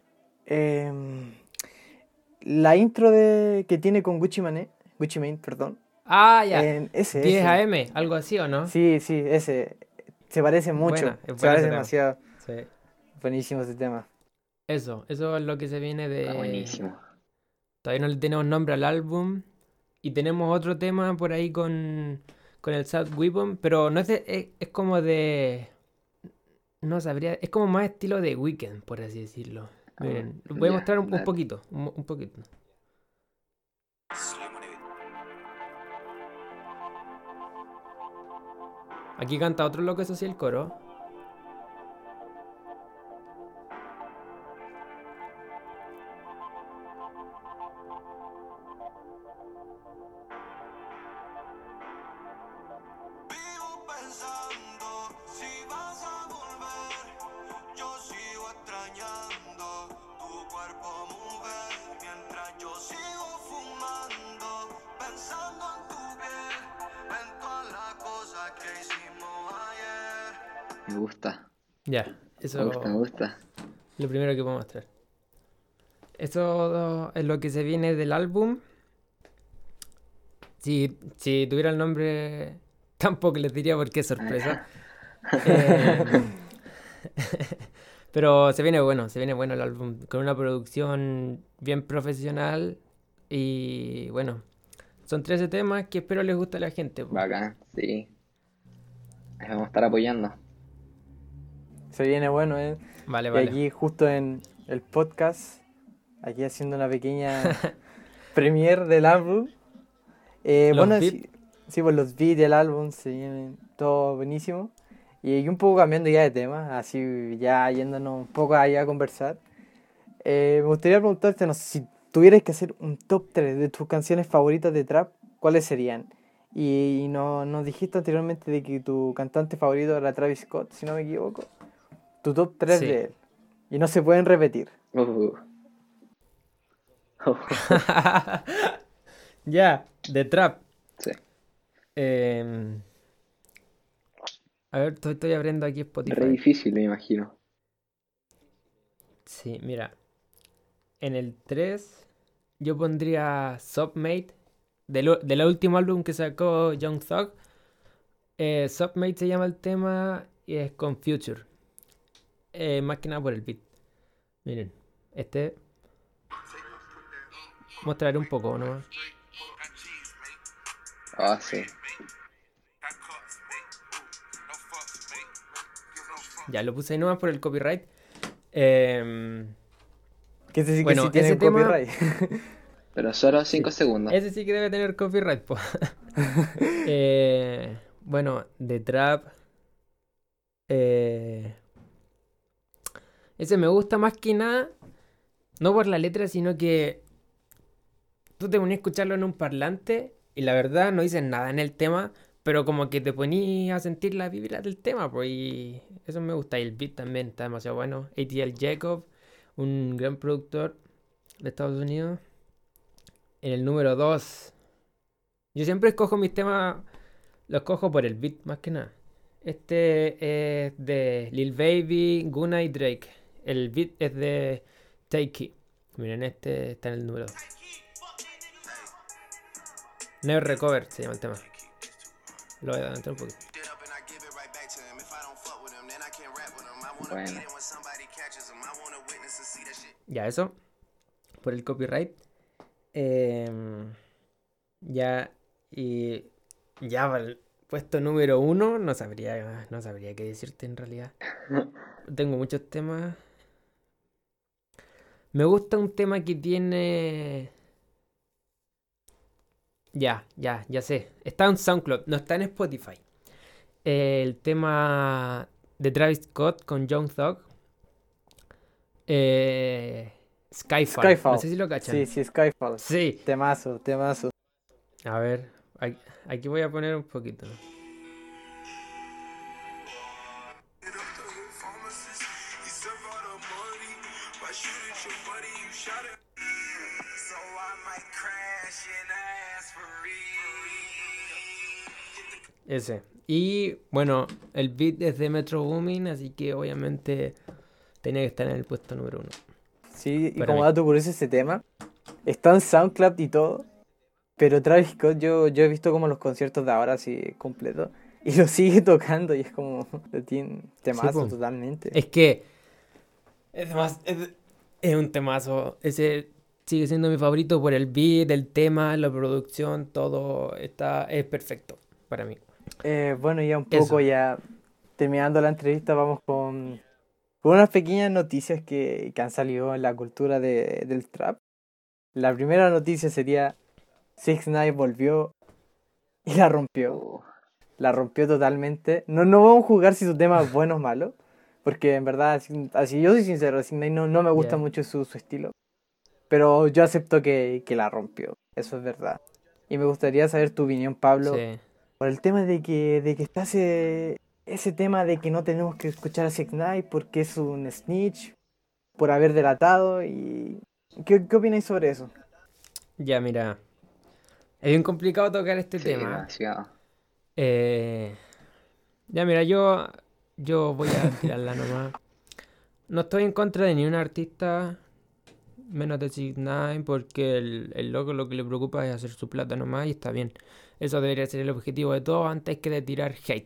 la intro de que tiene con Gucci Mane, perdón. Ah, ya. Ese. 10 AM, algo así, ¿o no? Sí, ese. Se parece mucho. Buena, es Se buena parece ese tema. demasiado. Sí. Buenísimo ese tema. Eso es lo que se viene de... Está buenísimo. Todavía no le tenemos nombre al álbum. Y tenemos otro tema por ahí con el Sad Weapon. Pero no es como de... No sabría... Es como más estilo de Weeknd, por así decirlo. Miren, voy a ya, mostrar un dale. poquito. Un poquito. Aquí canta otro loco, eso sí, el coro. Vivo pensando si vas a volver. Yo sigo extrañando tu cuerpo, mujer. Mientras yo sigo fumando, pensando en tu piel, en todas las cosas que hicimos ayer. Me gusta. Ya, Me eso gusta, me gusta. lo primero que puedo mostrar. Eso es lo que se viene del álbum. Si tuviera el nombre, tampoco les diría porque es sorpresa. Eh, pero se viene bueno el álbum, con una producción bien profesional. Y bueno, son 13 temas que espero les guste a la gente. Po. Bacán, sí. Ahí vamos a estar apoyando. Se viene bueno, Vale, Y vale. aquí justo en el podcast, aquí haciendo una pequeña premiere del álbum. Los Bueno, beats. sí, pues los beats del álbum se vienen todo buenísimo. Y un poco cambiando ya de tema, así ya yéndonos un poco allá a conversar. Me gustaría preguntarte, no sé, si tuvieras que hacer un top 3 de tus canciones favoritas de trap, ¿cuáles serían? Y nos dijiste anteriormente de que tu cantante favorito era Travis Scott, si no me equivoco. Tu top 3 Sí. de él. Y no se pueden repetir. Ya, de trap. Sí. A ver, estoy abriendo aquí Re Spotify. difícil, me imagino. Sí, mira. En el 3 yo pondría Submate del último álbum que sacó Young Thug. Submate se llama el tema y es con Future. Más que nada por el beat. Miren, mostraré un poco nomás. Ah, sí. Ya lo puse ahí nomás por el copyright. Em, Que ese sí que sí bueno, tiene ese tema, copyright. Pero solo 5 sí, segundos. ese sí que debe tener copyright, po. Bueno, de trap, eh, ese me gusta más que nada, no por la letra, sino que tú te ponías a escucharlo en un parlante y la verdad no dices nada en el tema, pero como que te ponías a sentir la vibra del tema, pues, y eso me gusta. Y el beat también está demasiado bueno. ATL Jacob, un gran productor de Estados Unidos. En el número 2, yo siempre escojo mis temas, los cojo por el beat más que nada. Este es de Lil Baby, Gunna y Drake. El beat es de Take It. Miren, este está en el número 2. Never Recover se llama el tema. Lo voy a adelantar un poquito. Bueno, Ya, eso. Por el copyright. Ya. Y. Ya, para el puesto número 1. No sabría qué decirte en realidad. Tengo muchos temas. Me gusta un tema que tiene. Ya sé. Está en SoundCloud, no está en Spotify. El tema de Travis Scott con Young Thug. Eh, Skyfall. No Skyfall. sé si lo Sí, cachan. sí, Skyfall. Sí. Temazo, temazo. A ver. Aquí voy a poner un poquito. Ese. Y bueno, el beat es de Metro Boomin, así que obviamente tenía que estar en el puesto número 1. Sí, y Para como mí. dato curioso ese tema, está en SoundCloud y todo, pero Travis Scott yo he visto como los conciertos de ahora así completos y lo sigue tocando y es como Sí, temazo po. totalmente. Es que es un temazo. Ese sigue siendo mi favorito por el beat, el tema, la producción, todo es perfecto para mí. Bueno, ya un poco Eso. ya terminando la entrevista vamos con unas pequeñas noticias que han salido en la cultura del trap. La primera noticia sería 6ix9ine volvió y la rompió. uh, La rompió totalmente. No vamos a jugar si su tema es bueno o malo. Porque en verdad, así yo soy sincero, 6ix9ine no me gusta Ya. mucho su estilo. Pero yo acepto que la rompió. Eso es verdad. Y me gustaría saber tu opinión, Pablo, Sí. por el tema de que está ese tema de que no tenemos que escuchar a 6ix9ine porque es un snitch, por haber delatado. Y ¿qué opináis sobre eso? Ya, mira. Es bien complicado tocar este sí, tema. demasiado. Eh, ya, mira, yo voy a tirarla nomás. No estoy en contra de ni un artista, menos de 6ix9ine, porque el loco lo que le preocupa es hacer su plata nomás y está bien. Eso debería ser el objetivo de todo antes que de tirar hate.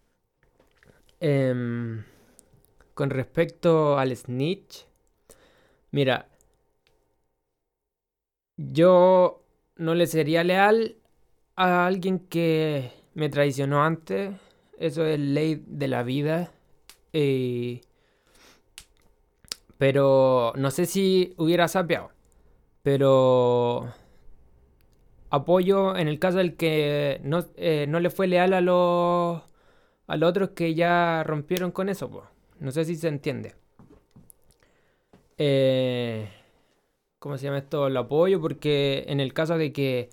Em, con respecto al snitch, mira, yo no le sería leal a alguien que me traicionó antes. Eso es ley de la vida. Eh, pero no sé si hubiera sapeado. Pero apoyo en el caso del que no le fue leal a los otros que ya rompieron con eso, po. No sé si se entiende. Eh, ¿Cómo se llama esto? Lo apoyo porque en el caso de que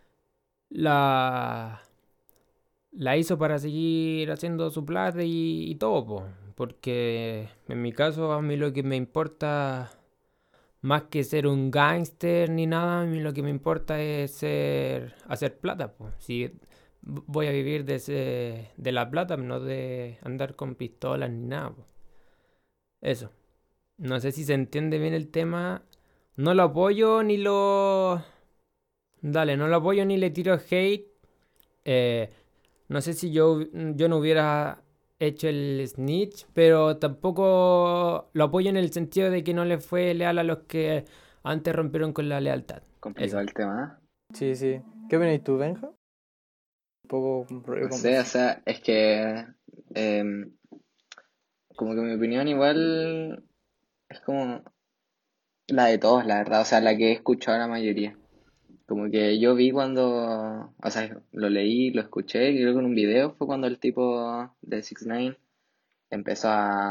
la, la hizo para seguir haciendo su plata y todo, po. Porque en mi caso a mí lo que me importa, más que ser un gángster ni nada, a mí lo que me importa es hacer plata, pues. Si voy a vivir de la plata, no de andar con pistolas ni nada, po. Eso. No sé si se entiende bien el tema. No lo apoyo ni lo... Dale, no lo apoyo ni le tiro hate. Eh, no sé si yo no hubiera hecho el snitch, pero tampoco lo apoyo en el sentido de que no le fue leal a los que antes rompieron con la lealtad. Complicado Eso. el tema, ¿eh? Sí, sí. ¿Qué opináis tú, Benja? Un poco No sé, o sea, es que como que mi opinión igual es como la de todos, la verdad, o sea, la que he escuchado la mayoría. Como que yo vi cuando, o sea, lo leí, lo escuché, creo que en un video fue cuando el tipo de 6ix9ine empezó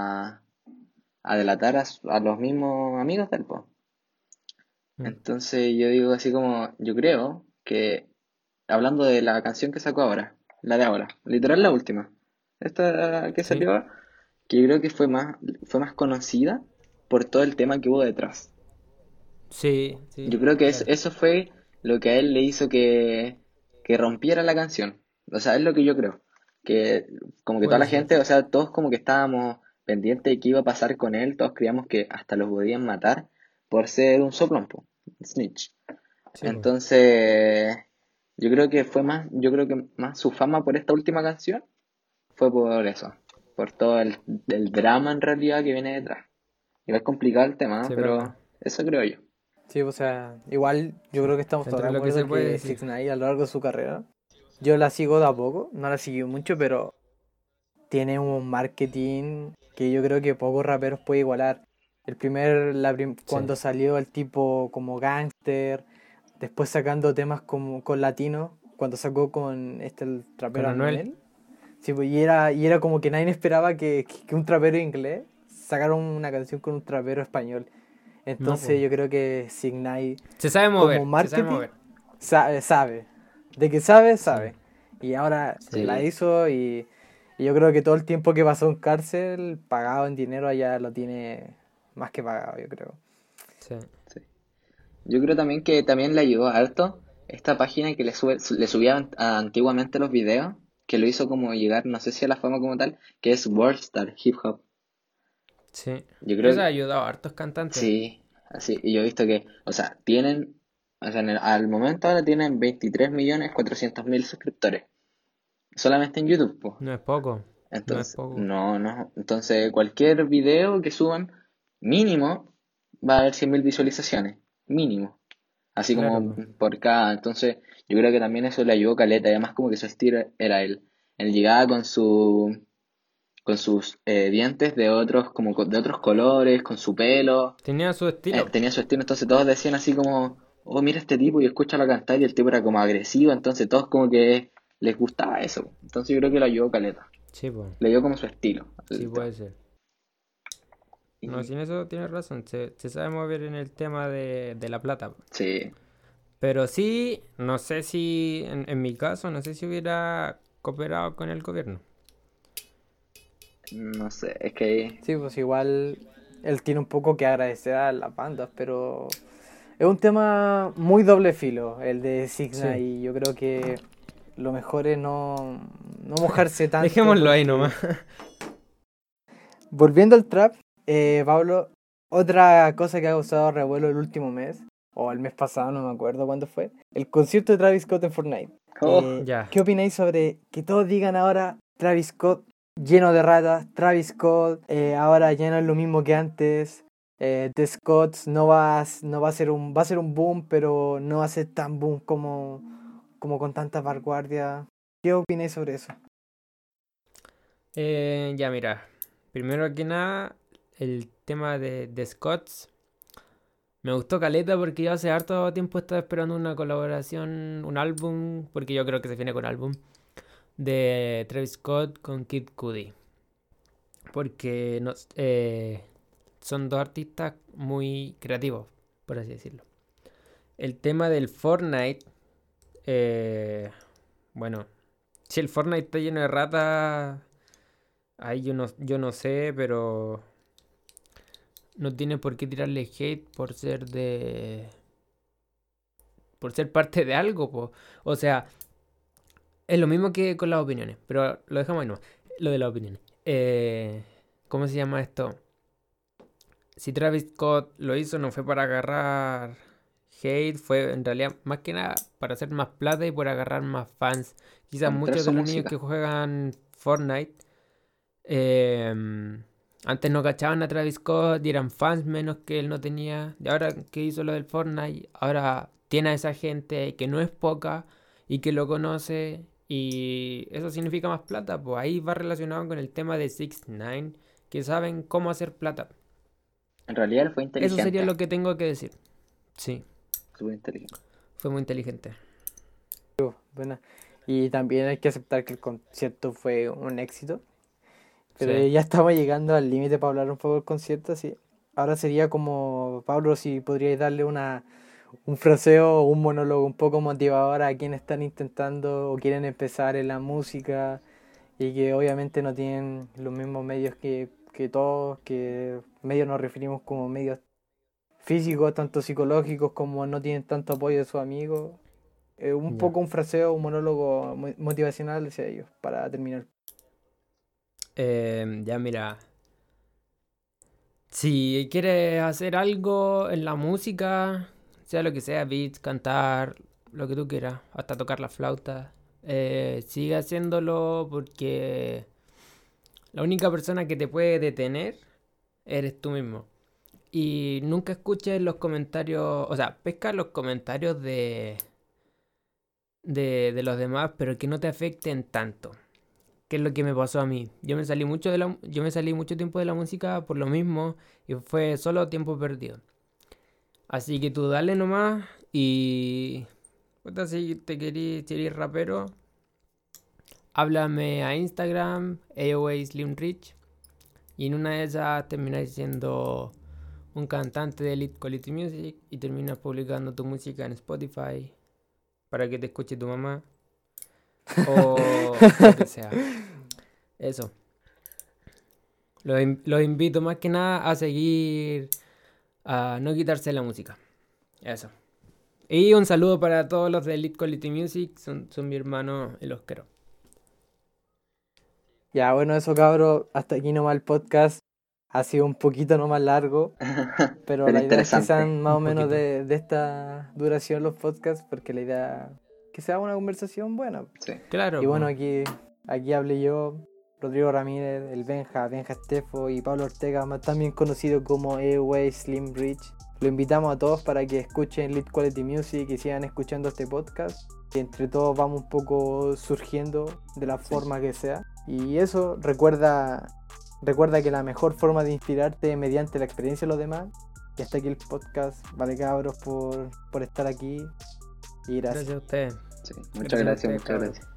a delatar a los mismos amigos del po. Mm. Entonces yo digo así como, yo creo que, hablando de la canción que sacó ahora, la de ahora, literal la última, esta que Sí, salió ahora, que yo creo que fue más conocida por todo el tema que hubo detrás. sí, Yo sí, creo que claro. eso fue lo que a él le hizo que rompiera la canción. O sea, es lo que yo creo. Que como que toda Puede la ser. gente, o sea, todos como que estábamos pendientes de qué iba a pasar con él, todos creíamos que hasta los podían matar por ser un soplón, po, snitch. Sí, pues. Entonces, yo creo que más su fama por esta última canción fue por eso, por todo el drama en realidad que viene detrás. Igual complicado el tema, ¿no? Sí, es verdad. Pero eso creo yo. Sí, o sea, igual yo Sí. creo que estamos todos de Dentro de lo que se acuerdo puede que decir. 6ix9ine a lo largo de su carrera, yo la sigo de a poco, no la sigo mucho, pero tiene un marketing que yo creo que pocos raperos puede igualar. Sí. Cuando salió el tipo como gangster, después sacando temas como con latino, cuando sacó con el Con trapero Anuel. Anuel, sí, pues, y era como que nadie esperaba que un trapero inglés sacara una canción con un trapero español. No, pues. Entonces yo creo que Signai Se sabe como mover, se sabe marketing mover. sabe. De que sabe, Sí, sabe. Y ahora sí. la Sí. hizo y yo creo que todo el tiempo que pasó en cárcel, pagado en dinero, allá lo tiene más que pagado, yo creo. Sí. Sí. Yo creo también que también le ayudó harto esta página que le subía antiguamente los videos, que lo hizo como llegar, no sé si a la fama como tal, que es Worldstar Hip Hop. Sí. Yo creo Eso ha que ayudado a hartos cantantes. sí, así, y yo he visto que, o sea, tienen, o sea, al momento ahora tienen 23.400.000 suscriptores, solamente en YouTube, pues. No es poco. No es Entonces, poco. no, entonces cualquier video que suban, mínimo, va a haber 100.000 visualizaciones, mínimo. Así Claro, como pues. por cada. Entonces, yo creo que también eso le ayudó caleta. Y además, como que su estilo era él. Él llegaba con sus dientes de otros, de otros colores, con su pelo. Tenía su estilo. Tenía su estilo. Entonces, todos decían así como, oh, mira este tipo y escúchalo cantar. Y el tipo era como agresivo. Entonces, todos como que les gustaba eso. Entonces, yo creo que lo ayudó caleta. Sí, pues. Le dio como su estilo Sí, al tema. puede ser. No, Y sin eso tienes razón. Se sabe mover en el tema de la plata. sí, Pero sí, no sé si, en mi caso, no sé si hubiera cooperado con el gobierno. no sé, es que Sí, pues igual él tiene un poco que agradecer a las bandas, pero es un tema muy doble filo, el de Signa, Sí. y yo creo que lo mejor es no mojarse tanto Dejémoslo ahí nomás. porque volviendo al trap, Pablo, otra cosa que ha causado revuelo el último mes, o el mes pasado, no me acuerdo cuándo fue, el concierto de Travis Scott en Fortnite. oh, Ya. ¿Qué opináis sobre que todos digan ahora Travis Scott lleno de ratas, Travis Scott ahora ya no es lo mismo que antes, The Scotts va a ser un boom, pero no va a ser tan boom como con tanta vanguardia? ¿Qué opináis sobre eso? Ya mira. Primero que nada, el tema de Scots. Me gustó caleta porque yo hace harto tiempo estaba esperando una colaboración, un álbum, porque yo creo que se viene con álbum, de Travis Scott con Kid Cudi. Porque son dos artistas muy creativos, por así decirlo. El tema del Fortnite, eh, bueno, si el Fortnite está lleno de ratas, ahí yo no sé, pero no tiene por qué tirarle hate por ser parte de algo, po. O sea, es lo mismo que con las opiniones, pero lo dejamos ahí no. Lo de las opiniones. ¿Cómo se llama esto? Si Travis Scott lo hizo, no fue para agarrar hate, fue en realidad más que nada para hacer más plata y por agarrar más fans. Quizás para mostrar muchos su de los niños que música. juegan Fortnite eh, antes no cachaban a Travis Scott y eran fans menos que él no tenía. Y ahora que hizo lo del Fortnite, ahora tiene a esa gente que no es poca y que lo conoce. Y eso significa más plata. Pues ahí va relacionado con el tema de 6ix9ine, que saben cómo hacer plata. En realidad él fue Eso inteligente. sería lo que tengo que decir. Sí, Súper inteligente. fue muy inteligente. Buena. Y también hay que aceptar que el concierto fue un éxito. Pero Sí. ya estamos llegando al límite para hablar un poco del concierto, así. Ahora sería como, Pablo, si podríais darle un fraseo o un monólogo un poco motivador a quienes están intentando o quieren empezar en la música y que obviamente no tienen los mismos medios que todos, que medios nos referimos como medios físicos, tanto psicológicos como no tienen tanto apoyo de sus amigos. Un Ya. poco un fraseo, un monólogo motivacional hacia ellos para terminar. Ya mira, si quieres hacer algo en la música, sea lo que sea, beats, cantar, lo que tú quieras, hasta tocar la flauta, sigue haciéndolo porque la única persona que te puede detener eres tú mismo. Y nunca escuches los comentarios, o sea, pesca los comentarios de los demás, pero que no te afecten tanto. ¿Qué es lo que me pasó a mí? Yo me salí mucho tiempo de la música por lo mismo y fue solo tiempo perdido. Así que tú dale nomás y puta, si eres rapero, háblame a Instagram, AOA Slim Rich, y en una de esas terminas siendo un cantante de Elite Quality Music y terminas publicando tu música en Spotify para que te escuche tu mamá o lo que sea. Eso. Los invito más que nada a seguir, a no quitarse la música. Eso. Y un saludo para todos los de Elite Quality Music, son mi hermano y los quiero. Ya, bueno, eso cabros, hasta aquí nomás el podcast. Ha sido un poquito nomás largo, pero Pero la idea es que interesante. sean más o Un menos poquito. de esta duración los podcasts, porque la idea es que sea una conversación buena. Sí. Claro, Y bueno, po. aquí hablé yo, Rodrigo Ramírez, el Benja Estefo y Pablo Ortega, más también conocido como Airway Slim Rich. Lo invitamos a todos para que escuchen Lead Quality Music y sigan escuchando este podcast. Y entre todos vamos un poco surgiendo de la forma que sea. Y eso, recuerda que la mejor forma de inspirarte es mediante la experiencia de los demás. Y hasta aquí el podcast. Vale cabros por estar aquí. Y gracias. Gracias a ustedes. Sí. Gracias Muchas a gracias, ustedes, muchas cabros. gracias.